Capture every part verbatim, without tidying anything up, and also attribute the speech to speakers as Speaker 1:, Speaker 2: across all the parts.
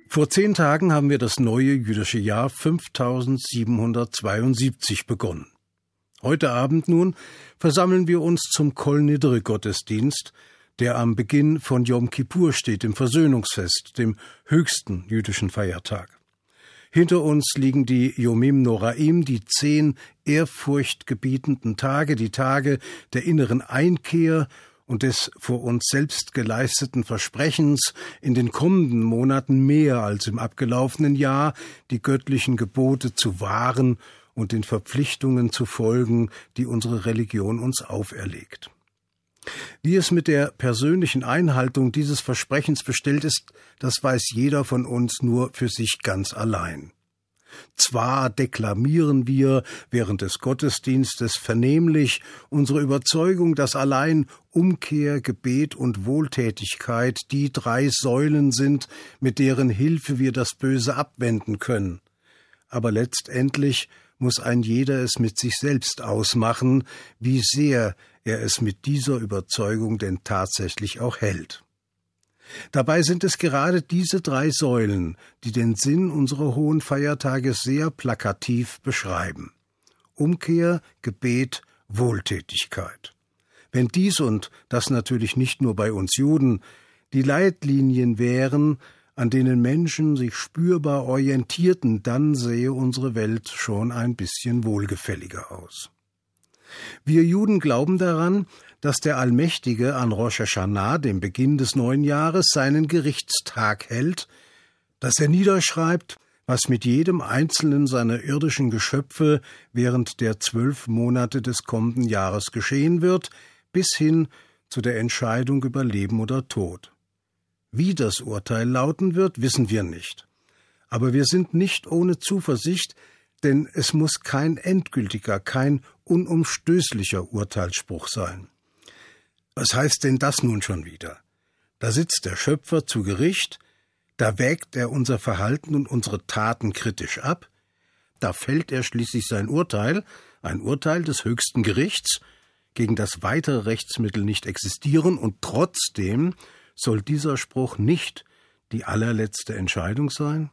Speaker 1: Vor zehn Tagen haben wir das neue jüdische Jahr fünftausendsiebenhundertzweiundsiebzig begonnen. Heute Abend nun versammeln wir uns zum Kol Nidre Gottesdienst, der am Beginn von Yom Kippur steht, dem Versöhnungsfest, dem höchsten jüdischen Feiertag. Hinter uns liegen die Yomim Noraim, die zehn ehrfurchtgebietenden Tage, die Tage der inneren Einkehr und des vor uns selbst geleisteten Versprechens, in den kommenden Monaten mehr als im abgelaufenen Jahr die göttlichen Gebote zu wahren und den Verpflichtungen zu folgen, die unsere Religion uns auferlegt. Wie es mit der persönlichen Einhaltung dieses Versprechens bestellt ist, das weiß jeder von uns nur für sich ganz allein. Zwar deklamieren wir während des Gottesdienstes vernehmlich unsere Überzeugung, dass allein Umkehr, Gebet und Wohltätigkeit die drei Säulen sind, mit deren Hilfe wir das Böse abwenden können. Aber letztendlich muss ein jeder es mit sich selbst ausmachen, wie sehr er es mit dieser Überzeugung denn tatsächlich auch hält. Dabei sind es gerade diese drei Säulen, die den Sinn unserer hohen Feiertage sehr plakativ beschreiben. Umkehr, Gebet, Wohltätigkeit. Wenn dies, und das natürlich nicht nur bei uns Juden, die Leitlinien wären, an denen Menschen sich spürbar orientierten, dann sähe unsere Welt schon ein bisschen wohlgefälliger aus. Wir Juden glauben daran, dass der Allmächtige an Rosh Hashanah, dem Beginn des neuen Jahres, seinen Gerichtstag hält, dass er niederschreibt, was mit jedem einzelnen seiner irdischen Geschöpfe während der zwölf Monate des kommenden Jahres geschehen wird, bis hin zu der Entscheidung über Leben oder Tod. Wie das Urteil lauten wird, wissen wir nicht. Aber wir sind nicht ohne Zuversicht, denn es muss kein endgültiger, kein unumstößlicher Urteilsspruch sein. Was heißt denn das nun schon wieder? Da sitzt der Schöpfer zu Gericht, da wägt er unser Verhalten und unsere Taten kritisch ab, da fällt er schließlich sein Urteil, ein Urteil des höchsten Gerichts, gegen das weitere Rechtsmittel nicht existieren, und trotzdem soll dieser Spruch nicht die allerletzte Entscheidung sein?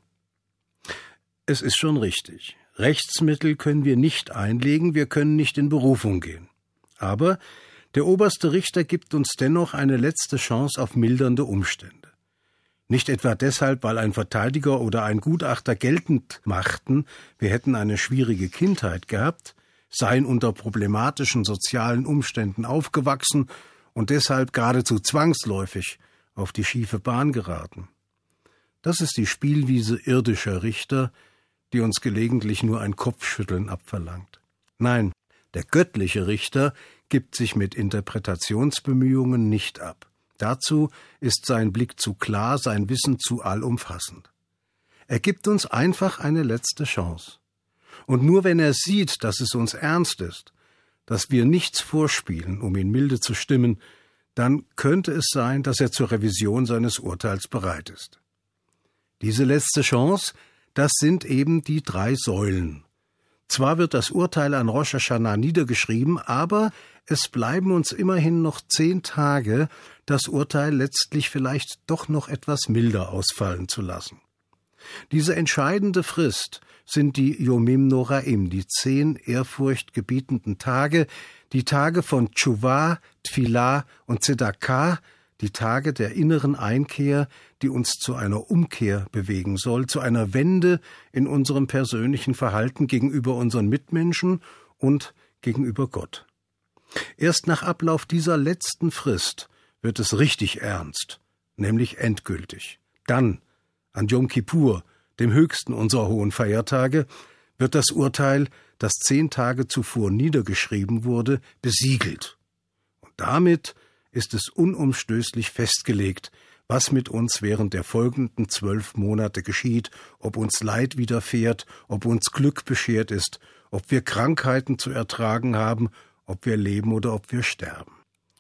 Speaker 1: Es ist schon richtig. Rechtsmittel können wir nicht einlegen, wir können nicht in Berufung gehen. Aber der oberste Richter gibt uns dennoch eine letzte Chance auf mildernde Umstände. Nicht etwa deshalb, weil ein Verteidiger oder ein Gutachter geltend machten, wir hätten eine schwierige Kindheit gehabt, seien unter problematischen sozialen Umständen aufgewachsen und deshalb geradezu zwangsläufig auf die schiefe Bahn geraten. Das ist die Spielwiese irdischer Richter, die uns gelegentlich nur ein Kopfschütteln abverlangt. Nein, der göttliche Richter gibt sich mit Interpretationsbemühungen nicht ab. Dazu ist sein Blick zu klar, sein Wissen zu allumfassend. Er gibt uns einfach eine letzte Chance. Und nur wenn er sieht, dass es uns ernst ist, dass wir nichts vorspielen, um ihn milde zu stimmen, dann könnte es sein, dass er zur Revision seines Urteils bereit ist. Diese letzte Chance, das sind eben die drei Säulen. Zwar wird das Urteil an Rosh Hashanah niedergeschrieben, aber es bleiben uns immerhin noch zehn Tage, das Urteil letztlich vielleicht doch noch etwas milder ausfallen zu lassen. Diese entscheidende Frist sind die Yomim Noraim, die zehn ehrfurchtgebietenden Tage, die Tage von Tshuva, Tfilah und Zedakah, die Tage der inneren Einkehr, die uns zu einer Umkehr bewegen soll, zu einer Wende in unserem persönlichen Verhalten gegenüber unseren Mitmenschen und gegenüber Gott. Erst nach Ablauf dieser letzten Frist wird es richtig ernst, nämlich endgültig. Dann, an Yom Kippur, dem höchsten unserer hohen Feiertage, wird das Urteil, das zehn Tage zuvor niedergeschrieben wurde, besiegelt. Und damit ist es unumstößlich festgelegt, was mit uns während der folgenden zwölf Monate geschieht, ob uns Leid widerfährt, ob uns Glück beschert ist, ob wir Krankheiten zu ertragen haben, ob wir leben oder ob wir sterben.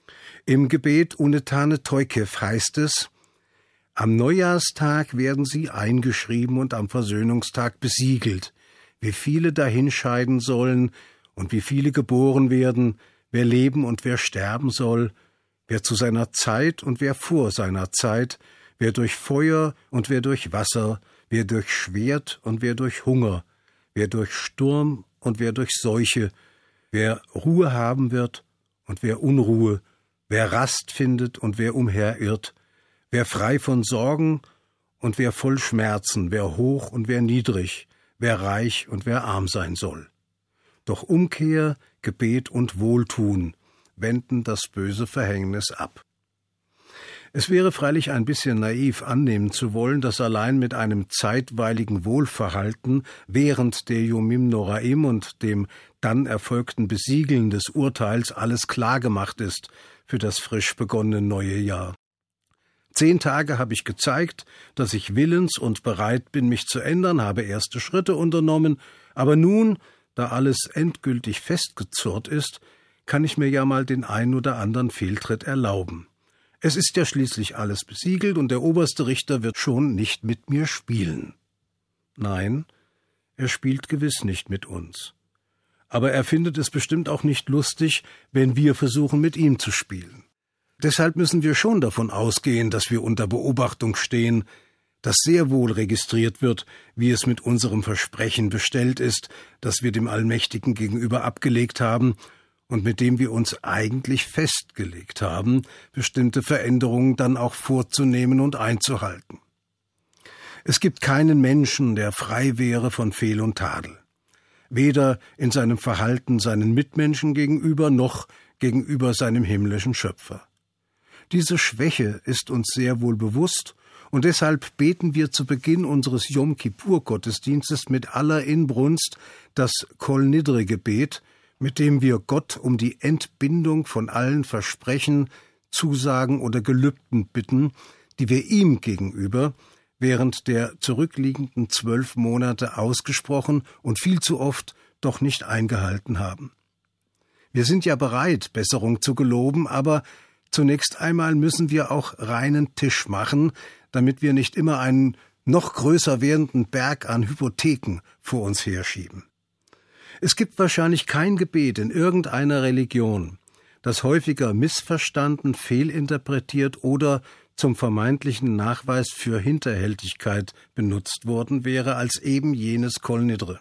Speaker 1: Im Gebet Unetane Teukev heißt es: Am Neujahrstag werden sie eingeschrieben und am Versöhnungstag besiegelt, wie viele dahinscheiden sollen und wie viele geboren werden, wer leben und wer sterben soll, wer zu seiner Zeit und wer vor seiner Zeit, wer durch Feuer und wer durch Wasser, wer durch Schwert und wer durch Hunger, wer durch Sturm und wer durch Seuche, wer Ruhe haben wird und wer Unruhe, wer Rast findet und wer umherirrt, wer frei von Sorgen und wer voll Schmerzen, wer hoch und wer niedrig, wer reich und wer arm sein soll. Doch Umkehr, Gebet und Wohltun wenden das böse Verhängnis ab. Es wäre freilich ein bisschen naiv annehmen zu wollen, dass allein mit einem zeitweiligen Wohlverhalten während der Yomim Noraim und dem dann erfolgten Besiegeln des Urteils alles klargemacht ist für das frisch begonnene neue Jahr. Zehn Tage habe ich gezeigt, dass ich willens und bereit bin, mich zu ändern, habe erste Schritte unternommen, aber nun, da alles endgültig festgezurrt ist, kann ich mir ja mal den ein oder anderen Fehltritt erlauben. Es ist ja schließlich alles besiegelt und der oberste Richter wird schon nicht mit mir spielen. Nein, er spielt gewiss nicht mit uns. Aber er findet es bestimmt auch nicht lustig, wenn wir versuchen, mit ihm zu spielen. Deshalb müssen wir schon davon ausgehen, dass wir unter Beobachtung stehen, dass sehr wohl registriert wird, wie es mit unserem Versprechen bestellt ist, das wir dem Allmächtigen gegenüber abgelegt haben und mit dem wir uns eigentlich festgelegt haben, bestimmte Veränderungen dann auch vorzunehmen und einzuhalten. Es gibt keinen Menschen, der frei wäre von Fehl und Tadel. Weder in seinem Verhalten seinen Mitmenschen gegenüber, noch gegenüber seinem himmlischen Schöpfer. Diese Schwäche ist uns sehr wohl bewusst, und deshalb beten wir zu Beginn unseres Jom-Kippur-Gottesdienstes mit aller Inbrunst das Kol-Nidre-Gebet, mit dem wir Gott um die Entbindung von allen Versprechen, Zusagen oder Gelübden bitten, die wir ihm gegenüber während der zurückliegenden zwölf Monate ausgesprochen und viel zu oft doch nicht eingehalten haben. Wir sind ja bereit, Besserung zu geloben, aber zunächst einmal müssen wir auch reinen Tisch machen, damit wir nicht immer einen noch größer werdenden Berg an Hypotheken vor uns herschieben. Es gibt wahrscheinlich kein Gebet in irgendeiner Religion, das häufiger missverstanden, fehlinterpretiert oder zum vermeintlichen Nachweis für Hinterhältigkeit benutzt worden wäre, als eben jenes Kol Nidre.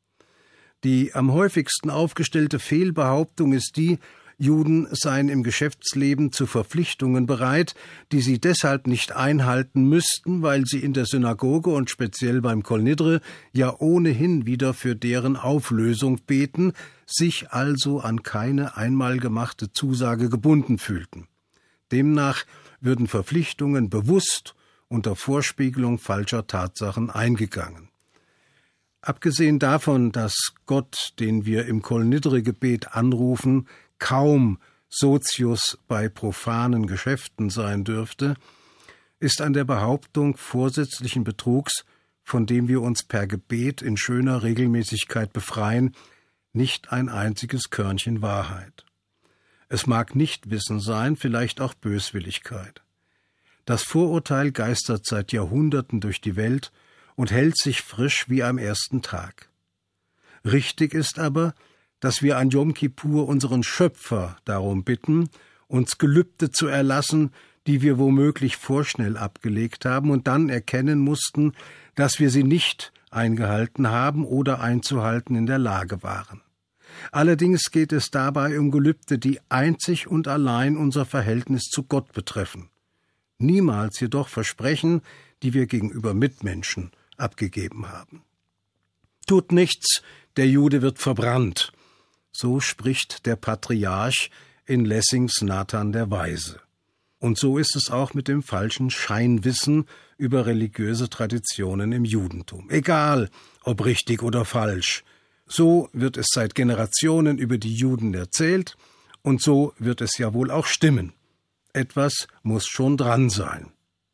Speaker 1: Die am häufigsten aufgestellte Fehlbehauptung ist die, Juden seien im Geschäftsleben zu Verpflichtungen bereit, die sie deshalb nicht einhalten müssten, weil sie in der Synagoge und speziell beim Kol Nidre ja ohnehin wieder für deren Auflösung beten, sich also an keine einmal gemachte Zusage gebunden fühlten. Demnach würden Verpflichtungen bewusst unter Vorspiegelung falscher Tatsachen eingegangen. Abgesehen davon, dass Gott, den wir im Kol Nidre-Gebet anrufen, kaum Sozius bei profanen Geschäften sein dürfte, ist an der Behauptung vorsätzlichen Betrugs, von dem wir uns per Gebet in schöner Regelmäßigkeit befreien, nicht ein einziges Körnchen Wahrheit. Es mag Nichtwissen sein, vielleicht auch Böswilligkeit. Das Vorurteil geistert seit Jahrhunderten durch die Welt und hält sich frisch wie am ersten Tag. Richtig ist aber, dass wir an Jom Kippur unseren Schöpfer darum bitten, uns Gelübde zu erlassen, die wir womöglich vorschnell abgelegt haben und dann erkennen mussten, dass wir sie nicht eingehalten haben oder einzuhalten in der Lage waren. Allerdings geht es dabei um Gelübde, die einzig und allein unser Verhältnis zu Gott betreffen. Niemals jedoch Versprechen, die wir gegenüber Mitmenschen abgegeben haben. Tut nichts, der Jude wird verbrannt. So spricht der Patriarch in Lessings Nathan der Weise. Und so ist es auch mit dem falschen Scheinwissen über religiöse Traditionen im Judentum. Egal, ob richtig oder falsch. So wird es seit Generationen über die Juden erzählt, und so wird es ja wohl auch stimmen. Etwas muss schon dran sein.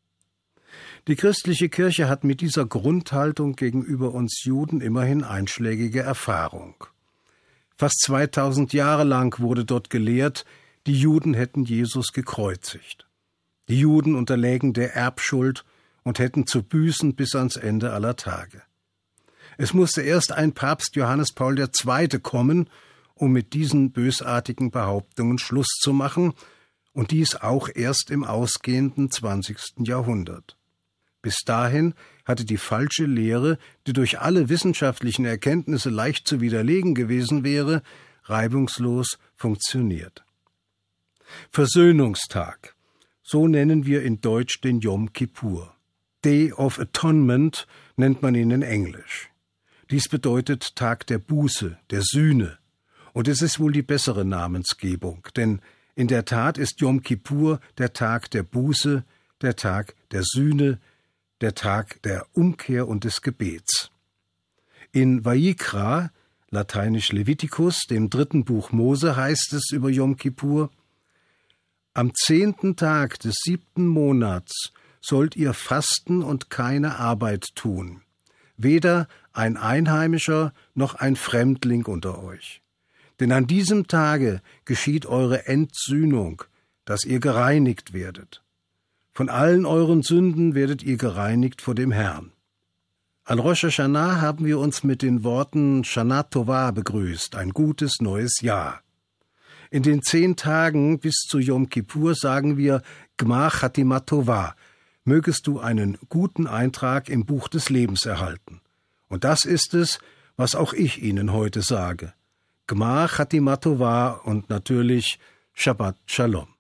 Speaker 1: Die christliche Kirche hat mit dieser Grundhaltung gegenüber uns Juden immerhin einschlägige Erfahrung. Fast zweitausend Jahre lang wurde dort gelehrt, die Juden hätten Jesus gekreuzigt. Die Juden unterlägen der Erbschuld und hätten zu büßen bis ans Ende aller Tage. Es musste erst ein Papst Johannes Paul der Zweite kommen, um mit diesen bösartigen Behauptungen Schluss zu machen und dies auch erst im ausgehenden zwanzigsten Jahrhundert. Bis dahin hatte die falsche Lehre, die durch alle wissenschaftlichen Erkenntnisse leicht zu widerlegen gewesen wäre, reibungslos funktioniert. Versöhnungstag, so nennen wir in Deutsch den Yom Kippur. Day of Atonement nennt man ihn in Englisch. Dies bedeutet Tag der Buße, der Sühne. Und es ist wohl die bessere Namensgebung, denn in der Tat ist Yom Kippur der Tag der Buße, der Tag der Sühne, der Tag der Umkehr und des Gebets. In Vayikra, lateinisch Levitikus, dem dritten Buch Mose, heißt es über Yom Kippur: Am zehnten Tag des siebten Monats sollt ihr fasten und keine Arbeit tun, weder ein Einheimischer noch ein Fremdling unter euch. Denn an diesem Tage geschieht eure Entsühnung, dass ihr gereinigt werdet. Von allen euren Sünden werdet ihr gereinigt vor dem Herrn. An Rosh Hashanah haben wir uns mit den Worten Shana Tova begrüßt, ein gutes neues Jahr. In den zehn Tagen bis zu Yom Kippur sagen wir Gmar Chatima Tova, mögest du einen guten Eintrag im Buch des Lebens erhalten. Und das ist es, was auch ich Ihnen heute sage. Gmar Chatima Tova und natürlich Shabbat Shalom.